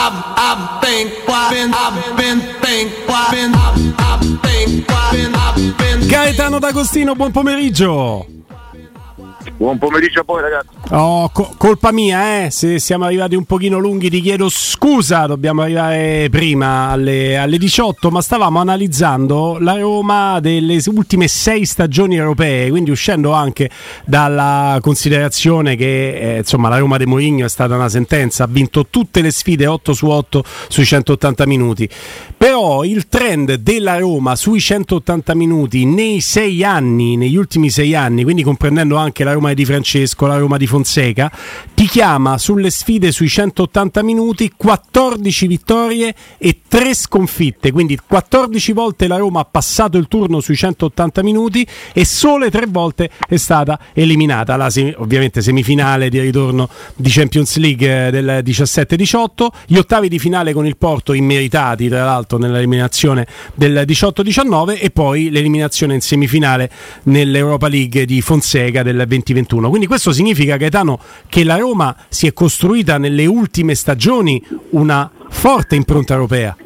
Gaetano D'Agostino, buon pomeriggio. Buon pomeriggio a voi, ragazzi. Oh, colpa mia, se siamo arrivati un pochino lunghi, ti chiedo scusa, dobbiamo arrivare prima alle 18, ma stavamo analizzando la Roma delle ultime 6 stagioni europee, quindi uscendo anche dalla considerazione che insomma la Roma di Mourinho è stata una sentenza, ha vinto tutte le sfide 8 su 8 sui 180 minuti, però il trend della Roma sui 180 minuti negli ultimi 6 anni, quindi comprendendo anche la Roma di Francesco, la Roma di Fonseca, ti chiama sulle sfide sui 180 minuti 14 vittorie e 3 sconfitte, quindi 14 volte la Roma ha passato il turno sui 180 minuti e sole 3 volte è stata eliminata. Ovviamente semifinale di ritorno di Champions League del 17-18, gli ottavi di finale con il Porto immeritati tra l'altro nell'eliminazione del 18-19 e poi l'eliminazione in semifinale nell'Europa League di Fonseca del 20-21. Quindi questo significa, Gaetano, che la Roma si è costruita nelle ultime stagioni una forte impronta europea.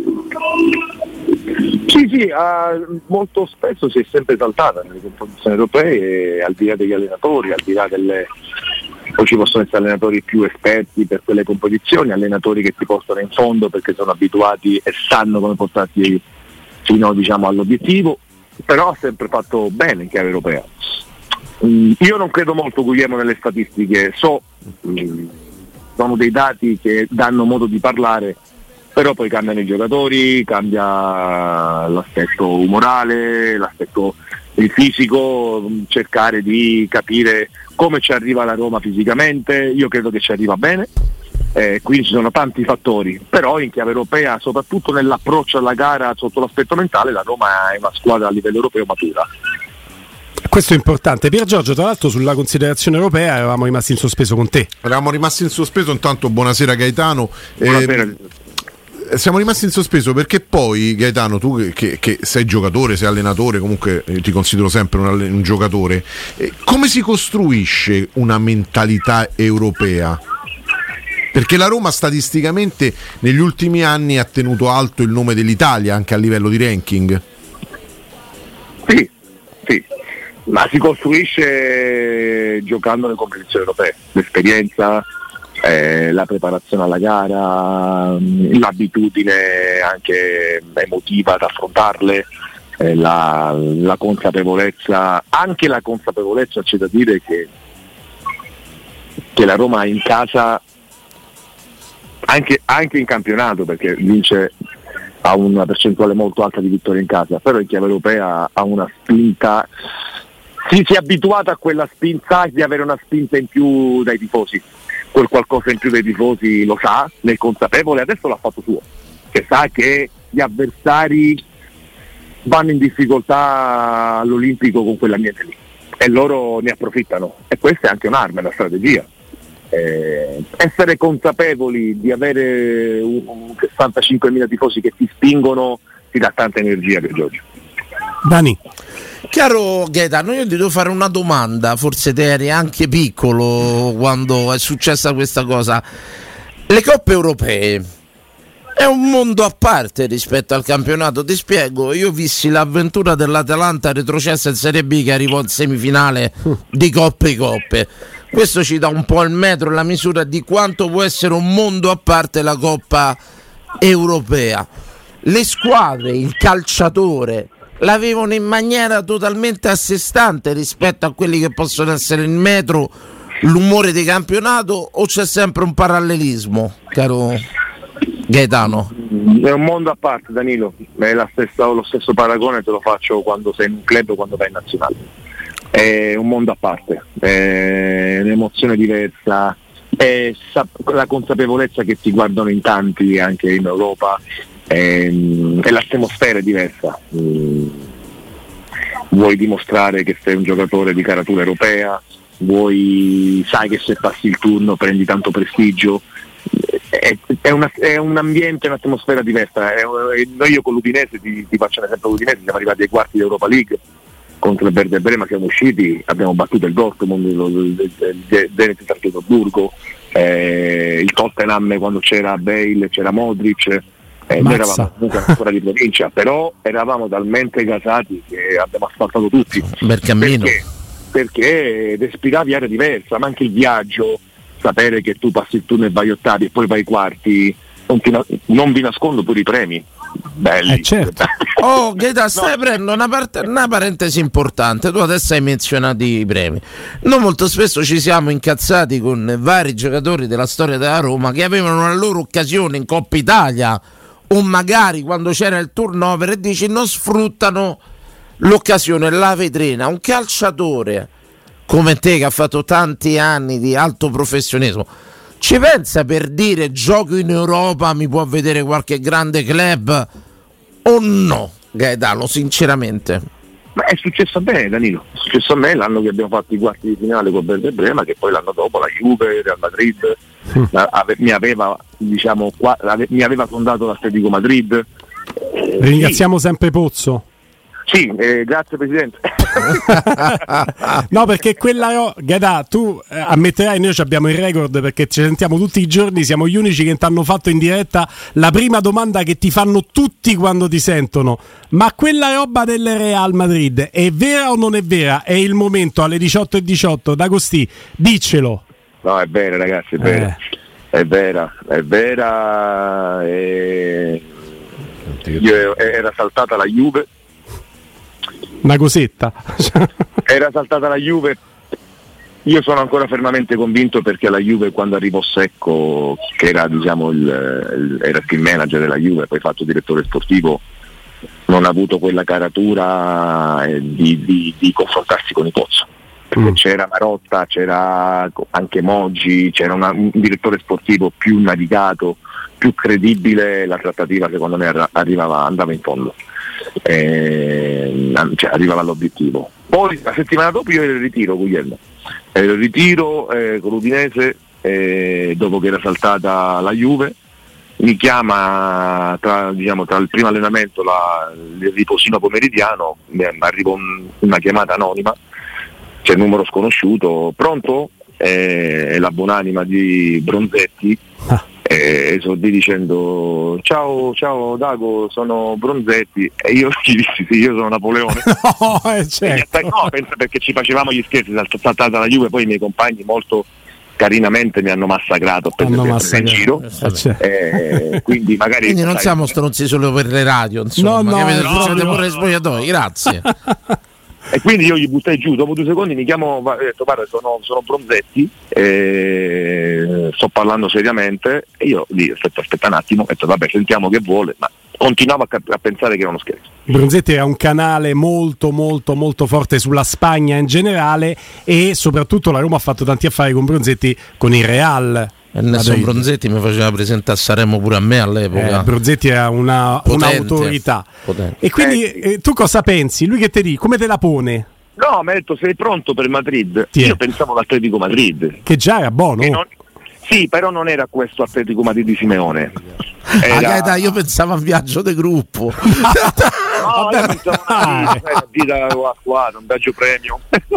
Sì, molto spesso si è sempre esaltata nelle competizioni europee, al di là degli allenatori, al di là poi ci possono essere allenatori più esperti per quelle competizioni, allenatori che ti portano in fondo perché sono abituati e sanno come portarti fino all'obiettivo, però ha sempre fatto bene in chiave europea. Io non credo molto, Guglielmo, nelle statistiche, sono dei dati che danno modo di parlare, però poi cambiano i giocatori, cambia l'aspetto umorale, l'aspetto il fisico, cercare di capire come ci arriva la Roma fisicamente. Io credo che ci arriva bene, quindi ci sono tanti fattori, però in chiave europea, soprattutto nell'approccio alla gara sotto l'aspetto mentale, la Roma è una squadra a livello europeo matura. Questo è importante. Pier Giorgio, tra l'altro sulla considerazione europea eravamo rimasti in sospeso con te. Eravamo rimasti in sospeso, intanto buonasera Gaetano. Buonasera. Siamo rimasti in sospeso perché poi, Gaetano, tu che sei giocatore, sei allenatore, comunque ti considero sempre un giocatore, come si costruisce una mentalità europea? Perché la Roma statisticamente negli ultimi anni ha tenuto alto il nome dell'Italia anche a livello di ranking. Sì, ma si costruisce giocando nelle competizioni europee, l'esperienza, la preparazione alla gara, l'abitudine anche emotiva ad affrontarle, la consapevolezza, anche la consapevolezza, c'è da dire che la Roma in casa, anche in campionato, perché vince, ha una percentuale molto alta di vittorie in casa, però in chiave europea ha una spinta, si è abituata a quella spinta, di avere una spinta in più dai tifosi, quel qualcosa in più dei tifosi lo sa, ne è consapevole, adesso l'ha fatto suo, che sa che gli avversari vanno in difficoltà all'Olimpico con quell'ambiente lì e loro ne approfittano, e questa è anche un'arma, è una strategia. Essere consapevoli di avere 65.000 tifosi che ti spingono ti dà tanta energia, per Giorgio. Dani. Caro Gaetano, io ti devo fare una domanda, forse te eri anche piccolo quando è successa questa cosa. Le coppe europee è un mondo a parte rispetto al campionato, ti spiego. Io vissi l'avventura dell'Atalanta retrocessa in Serie B che arrivò in semifinale di coppe. Questo ci dà un po' il metro e la misura di quanto può essere un mondo a parte la Coppa Europea. Le squadre, il calciatore l'avevano in maniera totalmente a sé stante rispetto a quelli che possono essere il metro, l'umore di campionato, o c'è sempre un parallelismo, caro Gaetano? È un mondo a parte, Danilo, è lo stesso paragone te lo faccio quando sei in un club o quando vai in nazionale. È un mondo a parte, è un'emozione diversa, è la consapevolezza che ti guardano in tanti anche in Europa, è l'atmosfera è diversa. Vuoi dimostrare che sei un giocatore di caratura europea, sai che se passi il turno prendi tanto prestigio, è un ambiente, un'atmosfera diversa. Noi io con l'Udinese, ti faccio un esempio, l'Udinese siamo arrivati ai quarti di Europa League, contro il Werder Brema siamo usciti, abbiamo battuto il Dortmund, il Zenit San Pietroburgo, il Tottenham quando c'era Bale, c'era Modric, noi eravamo comunque ancora di provincia, però eravamo talmente gasati che abbiamo asfaltato tutti. Perché respiravi aria diversa, ma anche il viaggio, sapere che tu passi il turno e vai ottavi e poi vai quarti, non vi nascondo pure i premi belli. Certo. Oh, Gaeta, stai aprendo una parentesi importante. Tu adesso hai menzionato i premi. Noi molto spesso ci siamo incazzati con vari giocatori della storia della Roma che avevano la loro occasione in Coppa Italia o magari quando c'era il turnover e dici non sfruttano l'occasione, la vetrina. Un calciatore come te che ha fatto tanti anni di alto professionismo ci pensa per dire gioco in Europa, mi può vedere qualche grande club o no, Gaetano, sinceramente? Ma è successo a me, Danilo, è successo a me l'anno che abbiamo fatto i quarti di finale con Werder Brema, che poi l'anno dopo la Juve, Real Madrid mi aveva fondato l'Atletico Madrid. Ringraziamo sempre Pozzo. Sì, grazie Presidente. No, perché quella Gaetà, tu ammetterai, noi abbiamo il record perché ci sentiamo tutti i giorni, siamo gli unici che ti hanno fatto in diretta la prima domanda che ti fanno tutti quando ti sentono: ma quella roba del Real Madrid è vera o non è vera? È il momento alle 18:18, D'Agostì, diccelo. No, è vera ragazzi, è vera. Era saltata la Juve. Una cosetta. Era saltata la Juve. Io sono ancora fermamente convinto perché la Juve, quando arrivò Secco, che era diciamo era il team manager della Juve, poi fatto direttore sportivo, non ha avuto quella caratura di confrontarsi con i Pozzo. Perché c'era Marotta, c'era anche Moggi, c'era un direttore sportivo più navigato, più credibile, la trattativa secondo me andava in fondo. Arrivava all'obiettivo. Poi la settimana dopo io ero in ritiro, Guglielmo, con l'Udinese, dopo che era saltata la Juve. Mi chiama tra il primo allenamento, il riposino pomeridiano, mi arriva una chiamata anonima, c'è il numero sconosciuto, pronto? È la buonanima di Bronzetti. Esordì dicendo ciao Dago, sono Bronzetti, e io gli dissi sì, io sono Napoleone. Certo. No, pensa, perché ci facevamo gli scherzi, saltata la Juve, poi i miei compagni molto carinamente mi hanno massacrato per in giro, quindi magari quindi non siamo stronzi solo per le radio, insomma, no, pure spogliatoi, grazie. E quindi io gli buttai giù, dopo 2 secondi mi chiamo, ho detto guarda sono Bronzetti, sto parlando seriamente, e io lì aspetta un attimo, ho detto vabbè sentiamo che vuole, ma continuavo a pensare che era uno scherzo. Bronzetti era un canale molto molto molto forte sulla Spagna in generale, e soprattutto la Roma ha fatto tanti affari con Bronzetti con il Real. Nessun Bronzetti mi faceva presentare a Sanremo pure a me all'epoca. Bronzetti era un'autorità. Potente. E quindi tu cosa pensi? Lui che te dice? Come te la pone? No, mi ha detto sei pronto per Madrid? Io pensavo all'Atletico Madrid. Che già era buono. Sì, però non era questo Atletico Madrid di Simeone. Gaeta, io pensavo a un viaggio di gruppo. No, io pensavo a un viaggio premium.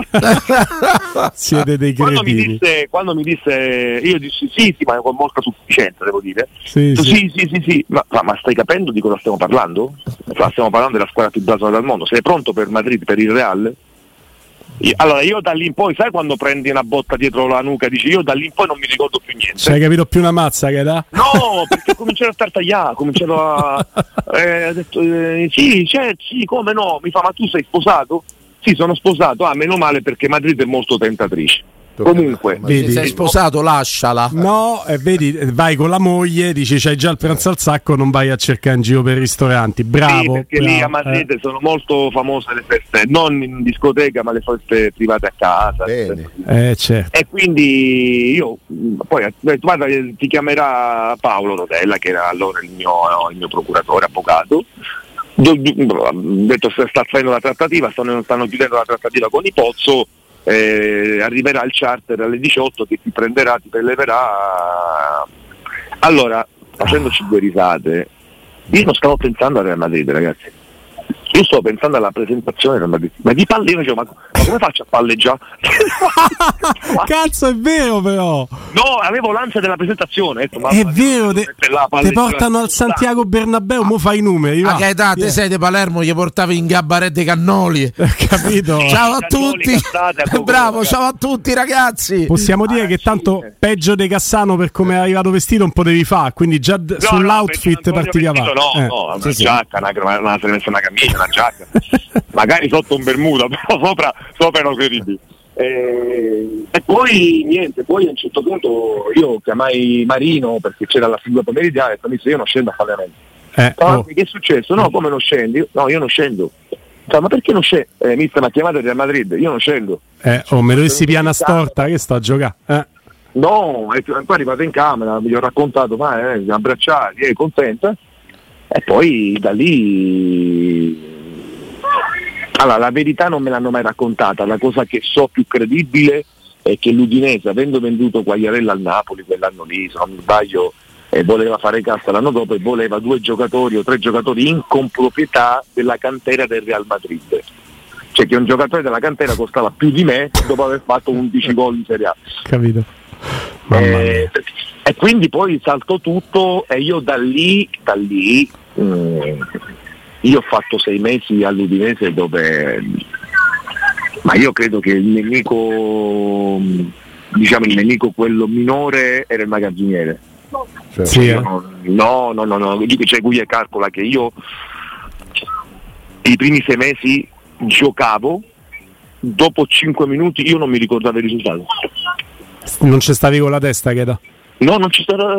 Siete dei cretini. Quando mi disse, io dissi sì, ma con molta sufficienza, devo dire. Sì. Ma stai capendo di cosa stiamo parlando? Stiamo parlando della squadra più blasonata del mondo. Sei pronto per Madrid, per il Real? Allora io da lì in poi, sai quando prendi una botta dietro la nuca e dici io da lì in poi non mi ricordo più niente. Ci hai capito più una mazza che da? No, perché ho cominciato a tartagliare, ho cominciato ha detto sì, come no, mi fa ma tu sei sposato? Sì, sono sposato, meno male perché Madrid è molto tentatrice. Comunque, se sei sposato lasciala. No, vedi, vai con la moglie, dici c'hai già il pranzo al sacco, non vai a cercare in giro per i ristoranti. Bravo. Sì, perché lì a Madrid sono molto famose le feste, non in discoteca, ma le feste private a casa. Certo. E quindi io poi guarda, ti chiamerà Paolo Rodella, che era allora il mio procuratore, avvocato. Ho detto sta facendo la trattativa, stanno chiudendo la trattativa con i Pozzo. Arriverà il charter alle 18 che ti prenderà, ti preleverà. Allora, facendoci 2 risate, io non stavo pensando a Real Madrid, ragazzi. Io sto pensando alla presentazione, ma di palle, io dicevo, ma come faccio a palleggiare? Cazzo, è vero però. No, avevo l'ansia della presentazione. Detto, è vero, ti portano al Santiago Bernabéu, mo fai i numeri. Ma che età, te sei di Palermo, gli portavi in Gabarè dei Cannoli. Capito? Ciao a tutti. Bravo, ciao a tutti ragazzi. Possiamo dire che tanto peggio De Cassano per come è arrivato vestito non potevi fare, quindi già sull'outfit partivi avanti. No, una giacca, una camicia, una giacca, magari sotto un bermuda, però sopra erano credibili. E poi niente, poi a un certo punto io chiamai Marino perché c'era la figura pomeridiana e mi disse io non scendo a fare allenamento. Che è successo? No, come non scendi? No, io non scendo. Ma perché non scendo? Mister mi ha chiamato Real Madrid, io non scendo. Me dovessi piana storta che sto a giocare. No, poi è arrivato in camera, mi ho raccontato, ma abbracciati, è contenta. E poi da lì, allora la verità non me l'hanno mai raccontata, la cosa che so più credibile è che l'Udinese, avendo venduto Quagliarella al Napoli quell'anno lì, se non mi sbaglio, voleva fare cassa l'anno dopo e voleva 2 giocatori o 3 giocatori in comproprietà della cantera del Real Madrid, cioè che un giocatore della cantera costava più di me dopo aver fatto 11 gol in Serie A. Capito? E quindi poi saltò tutto e io da lì io ho fatto 6 mesi all'Udinese dove, ma io credo che il nemico quello minore era il magazziniere. Sì, no, c'è Guglia calcola che io i primi 6 mesi giocavo, dopo 5 minuti io non mi ricordavo il risultato. Non ci stavi con la testa, Cheda? No, non ci stava.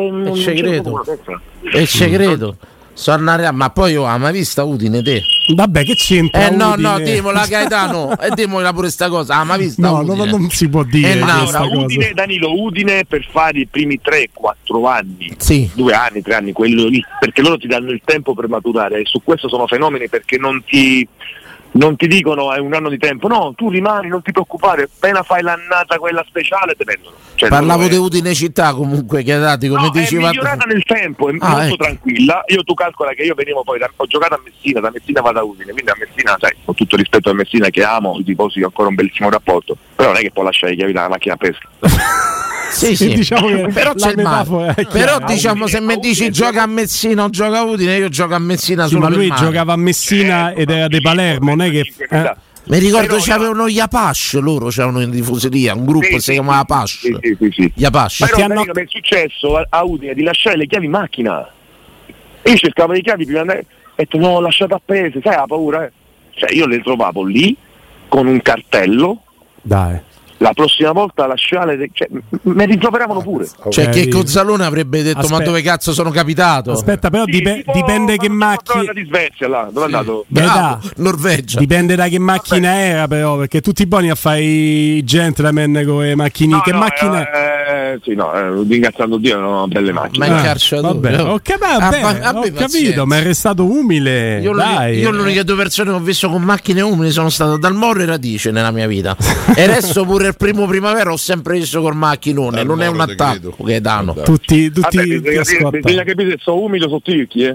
È segreto. Ma poi ha mai vista Udine te? Vabbè, che c'entra? No, dimola Gaetano, e dimola pure sta cosa. Ma vista no, Udine? Non si può dire. Udine, Danilo, Udine per fare i primi 3-4 anni, sì. 2 anni, 3 anni, quello lì, perché loro ti danno il tempo per maturare, e su questo sono fenomeni perché non ti dicono è un anno di tempo, no, tu rimani, non ti preoccupare, appena fai l'annata quella speciale te vendono. Cioè, parlavo di Udine città comunque, che dati come diceva. È migliorata nel tempo, è molto tranquilla. Io tu calcola che io venivo poi ho giocato a Messina, da Messina vado a Udine, quindi a Messina, sai, con tutto rispetto a Messina che amo, i tifosi ho ancora un bellissimo rapporto, però non è che può lasciare le chiavi dalla macchina a pesca. Sì. Diciamo che però c'è il mare. Però diciamo se mi dici gioca a Messina o gioca a Udine, io gioco a Messina solo ma lui per giocava a Messina ed era di Palermo, non è che mi ricordo c'avevano gli Apache, loro c'erano in tifoseria, un gruppo si chiamava Apache. Sì. Gli Apache. Però mi è successo a Udine di lasciare le chiavi in macchina. Io cercavo le chiavi prima di andare, ho detto no, lasciate appese, sai la paura? Cioè io le trovavo lì con un cartello. Dai. La prossima volta lasciare, cioè, mi rimproveravano pure. Cioè che Cozzalone avrebbe detto ma dove cazzo sono capitato? Aspetta, però dipende che macchina di Svezia là, dove è andato? Norvegia. Dipende da che macchina era però, perché tutti buoni a fare i gentleman con le macchine. Che macchina? Ringraziando Dio erano belle macchine. Ma in carciatore. Ho capito, ma è restato umile. Io l'unica 2 persone che ho visto con macchine umili sono stato Dalmoro e Radice nella mia vita. E adesso pure il primo primavera ho sempre visto col macchinone, non è un attacco che danno. Tutti bisogna capire se sono umili o sono ticchi,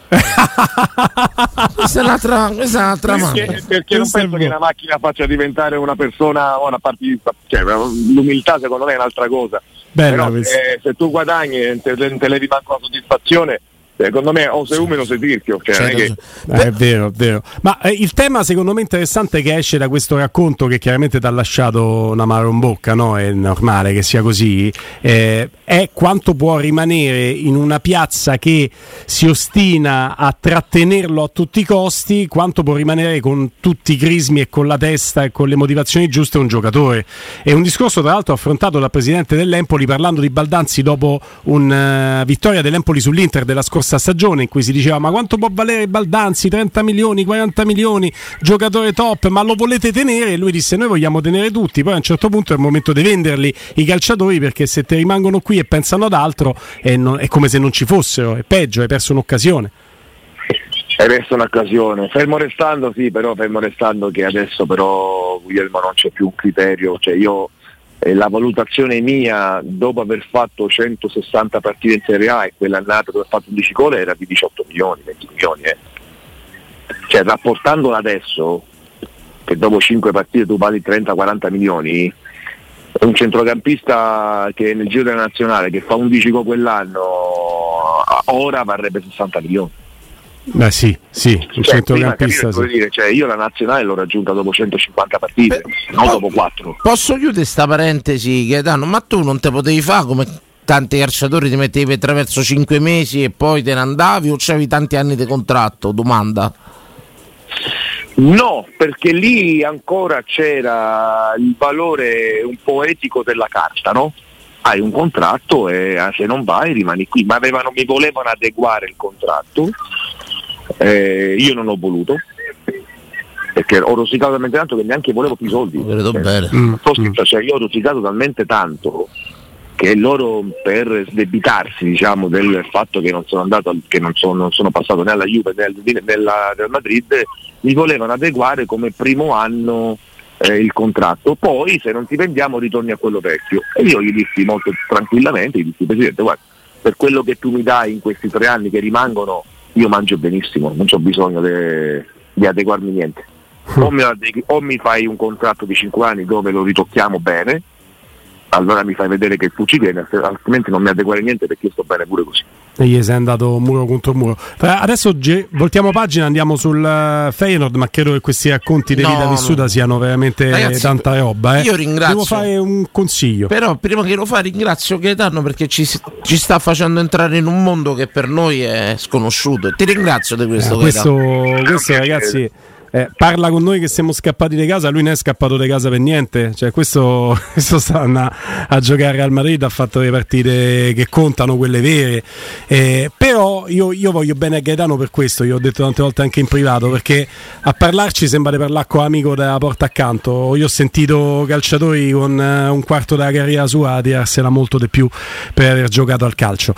Questa è un'altra mano. Perché non penso che una macchina faccia diventare una persona o una partita, cioè, l'umiltà secondo me è un'altra cosa. Però se tu guadagni e te le rimango la soddisfazione, secondo me o sei umile o sei tirchio, cioè, è vero. Ma il tema secondo me interessante che esce da questo racconto, che chiaramente ti ha lasciato una mano in bocca, no? È normale che sia così, è quanto può rimanere in una piazza che si ostina a trattenerlo a tutti i costi, quanto può rimanere con tutti i crismi e con la testa e con le motivazioni giuste un giocatore. È un discorso tra l'altro affrontato dal presidente dell'Empoli parlando di Baldanzi dopo una vittoria dell'Empoli sull'Inter della scorsa stagione, in cui si diceva ma quanto può valere Baldanzi, 30 milioni, 40 milioni, giocatore top, ma lo volete tenere? E lui disse noi vogliamo tenere tutti, poi a un certo punto è il momento di venderli i calciatori, perché se te rimangono qui e pensano ad altro è come se non ci fossero, è peggio, hai perso un'occasione. Hai perso un'occasione, fermo restando che adesso però Guglielmo non c'è più un criterio, cioè io la valutazione mia dopo aver fatto 160 partite in Serie A e quell'annata dove ho fatto 11 gol era di 18 milioni, 20 milioni. cioè rapportandola adesso, che dopo 5 partite tu vali 30-40 milioni, un centrocampista che nel giro della nazionale che fa 11 gol quell'anno ora varrebbe 60 milioni. Beh sì, un centrocampista sì. Dire, cioè io la nazionale l'ho raggiunta dopo 150 partite, non dopo 4. Posso chiudere sta parentesi, Gaetano? Ma tu non te potevi fare come tanti calciatori, ti mettevi attraverso 5 mesi e poi te ne andavi, o c'avevi tanti anni di contratto? Domanda. No, perché lì ancora c'era il valore un po' etico della carta, no? Hai un contratto e se non vai rimani qui, ma mi volevano adeguare il contratto, io non ho voluto, perché ho rosicato talmente tanto che neanche volevo più soldi. Vedo bene. Cioè, io ho rosicato talmente tanto che loro, per sdebitarsi, diciamo, del fatto che non sono andato, che non sono passato né alla Juve né nel Madrid, mi volevano adeguare come primo anno il contratto. Poi se non ti vendiamo ritorni a quello vecchio. E io gli dissi molto tranquillamente, gli dissi: Presidente, guarda, per quello che tu mi dai in questi 3 anni che rimangono, io mangio benissimo, non c'ho bisogno di adeguarmi niente. O mi fai un contratto di 5 anni dove lo ritocchiamo bene, allora mi fai vedere che tu ci vieni, altrimenti non mi adeguare niente, perché io sto bene pure così. E gli sei andato muro contro muro. Adesso voltiamo pagina, andiamo sul Feyenoord, ma credo che questi racconti di vita vissuta siano veramente, ragazzi, tanta roba. Io ringrazio. Devo fare un consiglio. Però prima che lo fa ringrazio Gaetano, perché ci sta facendo entrare in un mondo che per noi è sconosciuto. Ti ringrazio di questo. Questo ragazzi... parla con noi che siamo scappati di casa, lui non è scappato di casa per niente, cioè questo sta a giocare al Madrid, ha fatto le partite che contano, quelle vere, però io voglio bene a Gaetano per questo, io ho detto tante volte anche in privato, perché a parlarci sembra di parlare con amico della porta accanto. Io ho sentito calciatori con un quarto della carriera sua a tirarsela molto di più per aver giocato al calcio.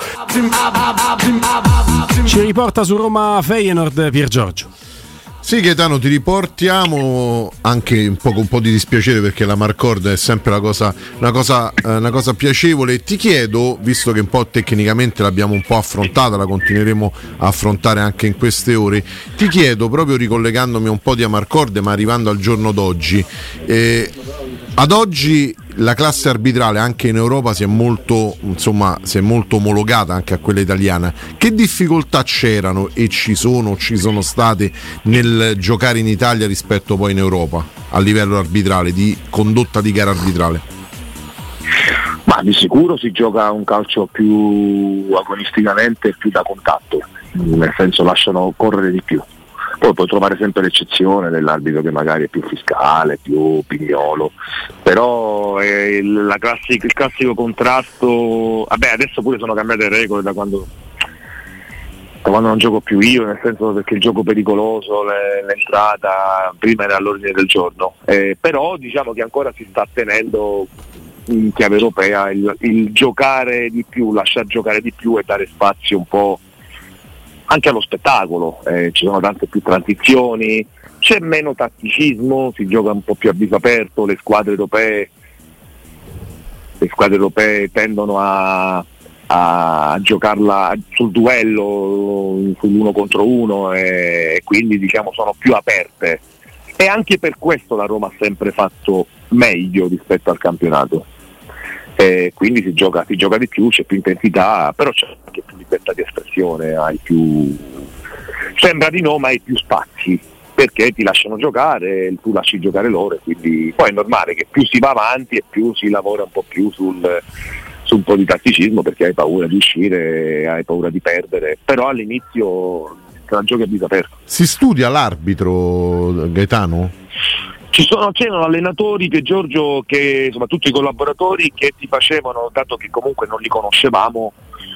Ci riporta su Roma Feyenoord Pier Giorgio. Sì, Gaetano, ti riportiamo anche con un po' di dispiacere, perché la Marcord è sempre una cosa piacevole. Ti chiedo, visto che un po' tecnicamente l'abbiamo un po' affrontata, la continueremo a affrontare anche in queste ore, ti chiedo, proprio ricollegandomi un po' di Amarcord, ma arrivando al giorno d'oggi, ad oggi la classe arbitrale anche in Europa si è molto omologata anche a quella italiana. Che difficoltà c'erano e ci sono state nel giocare in Italia rispetto poi in Europa a livello arbitrale, di condotta di gara arbitrale? Ma di sicuro si gioca un calcio più agonisticamente, più da contatto, nel senso lasciano correre di più. Poi puoi trovare sempre l'eccezione dell'arbitro che magari è più fiscale, più pignolo, però il classico contrasto. Vabbè, adesso pure sono cambiate le regole da quando non gioco più io, nel senso, perché il gioco pericoloso, l'entrata prima era all'ordine del giorno, però diciamo che ancora si sta tenendo in chiave europea il giocare di più, lasciar giocare di più e dare spazio un po' anche allo spettacolo. Ci sono tante più transizioni, c'è meno tatticismo, si gioca un po' più a viso aperto. Le squadre europee tendono a giocarla sul duello, sull'uno contro uno, e quindi diciamo sono più aperte, e anche per questo la Roma ha sempre fatto meglio rispetto al campionato. Quindi si gioca di più, c'è più intensità, però c'è anche più libertà di espressione, sembra di no, ma hai più spazi, perché ti lasciano giocare, tu lasci giocare loro, e quindi poi è normale che più si va avanti e più si lavora un po' più su un po' di tatticismo, perché hai paura di uscire, hai paura di perdere, però all'inizio te la giochi a viso aperto. Si studia l'arbitro, Gaetano? C'erano allenatori che soprattutto i collaboratori, che ti facevano, dato che comunque non li conoscevamo,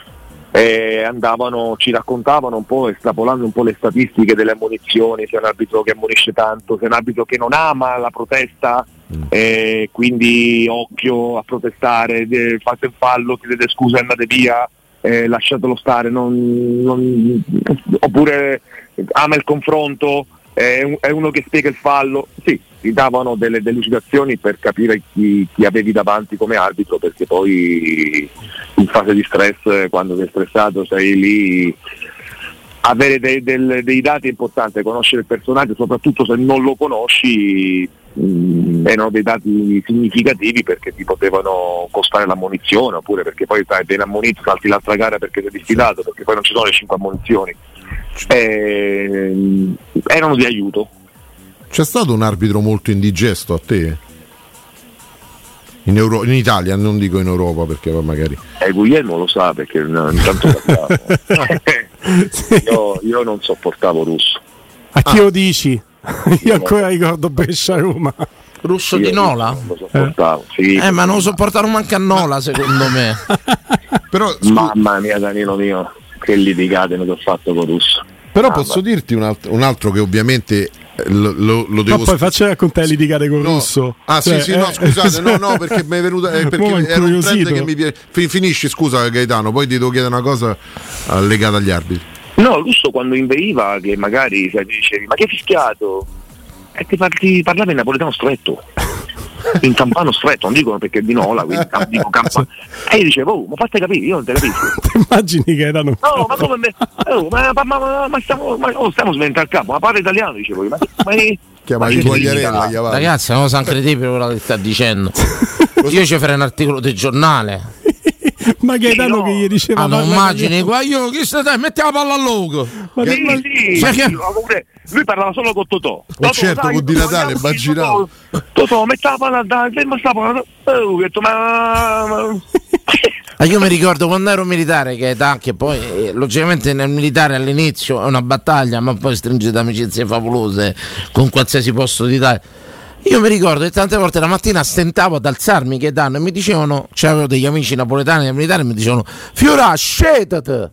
ci raccontavano un po', estrapolando un po' le statistiche delle ammonizioni, se è un arbitro che ammonisce tanto, se è un arbitro che non ama la protesta, quindi occhio a protestare, fate il fallo, chiedete scusa e andate via, lasciatelo stare, oppure ama il confronto, è uno che spiega il fallo. Sì, ti davano delle delucidazioni per capire chi avevi davanti come arbitro, perché poi in fase di stress, quando sei stressato, sei lì avere dei dati è importante, conoscere il personaggio, soprattutto se non lo conosci, erano dei dati significativi perché ti potevano costare l'ammonizione, oppure perché poi vieni ammonito, salti l'altra gara perché sei diffidato, perché poi non ci sono le 5 ammonizioni. Erano di aiuto. C'è stato un arbitro molto indigesto a te? In Italia, non dico in Europa perché magari Guglielmo lo sa perché intanto io non sopportavo Russo. A chi lo dici? Io ancora ricordo Brescia-Roma. Russo di Nola? Non lo sopportavo, sì. Ma non lo sopportano manco a Nola, secondo me. Però mamma mia, Danilo mio, che litigate mi ho fatto con Russo. Però posso dirti un altro che ovviamente lo devo. Ma poi faccio raccontare litigate con Russo. Ah, sì, no, scusate, no, perché mi è venuta. Perché era un trend che mi piace. Finisci, scusa Gaetano, poi ti devo chiedere una cosa legata agli arbitri. No, Russo quando inveiva, che magari dicevi, ma che fischiato? E ti parlava in napoletano stretto. In campano stretto, non dicono perché è di Nola, quindi dico campano. E io dicevo, ma fate capire, io non te capisco. Ti immagini che erano? No, ma come ma stiamo sventando il capo, ma parla italiano, dicevo io. Chiamavi Guagliarella, ragazzi, è una cosa incredibile quello che sta dicendo. Io ci farei un articolo del giornale. Ma Gaetano che gli diceva non immagini qua, io chi stai? Metti la palla al logo. Lui parlava solo con Totò. Certo, con Di Natale, immaginavo. Totò, metti la palla, ferma sta palla. Ho detto, ma io mi ricordo quando ero militare, che poi logicamente nel militare all'inizio è una battaglia, ma poi stringete amicizie favolose con qualsiasi posto d'Italia. Io mi ricordo che tante volte la mattina stentavo ad alzarmi che danno e mi dicevano, c'avevo degli amici napoletani del militare e mi dicevano Fiora, scetate!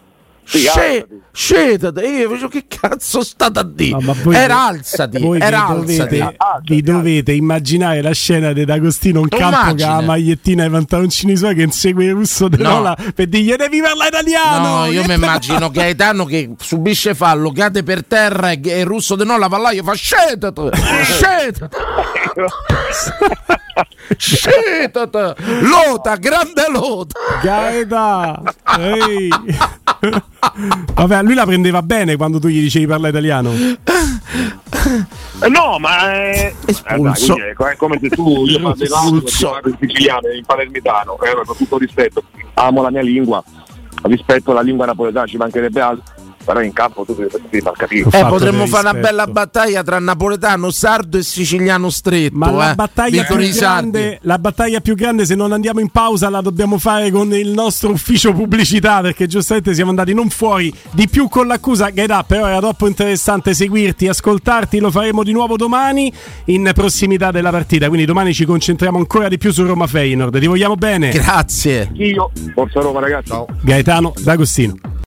Scetate! E io facevo, che cazzo state a dire? Era alzati, vi dovete immaginare la scena di D'Agostino in campo che ha la magliettina e i pantaloncini suoi che insegue il Russo De Nola per dirgli devi parlare italiano. No, io mi immagino Gaetano che subisce fallo, cade per terra e il Russo De Nola va là e fa scetate! Scetate! Lota, grande lota! Gaeta! Ehi! Vabbè, lui la prendeva bene quando tu gli dicevi parla italiano. No, ma è espulso. È come se tu io parlo in siciliano, in palermitano, con tutto rispetto, amo la mia lingua, rispetto alla lingua napoletana, ci mancherebbe altro. Però in campo tu devi far capire. Potremmo fare una bella battaglia tra napoletano, sardo e siciliano stretto. Ma la battaglia più grande, se non andiamo in pausa, la dobbiamo fare con il nostro ufficio pubblicità, perché giustamente siamo andati non fuori di più con l'accusa. Gaetà, però era troppo interessante seguirti, ascoltarti. Lo faremo di nuovo domani in prossimità della partita. Quindi domani ci concentriamo ancora di più su Roma Feyenoord. Ti vogliamo bene. Grazie. Io, forza Roma, ragazzi. Ciao. Gaetano D'Agostino.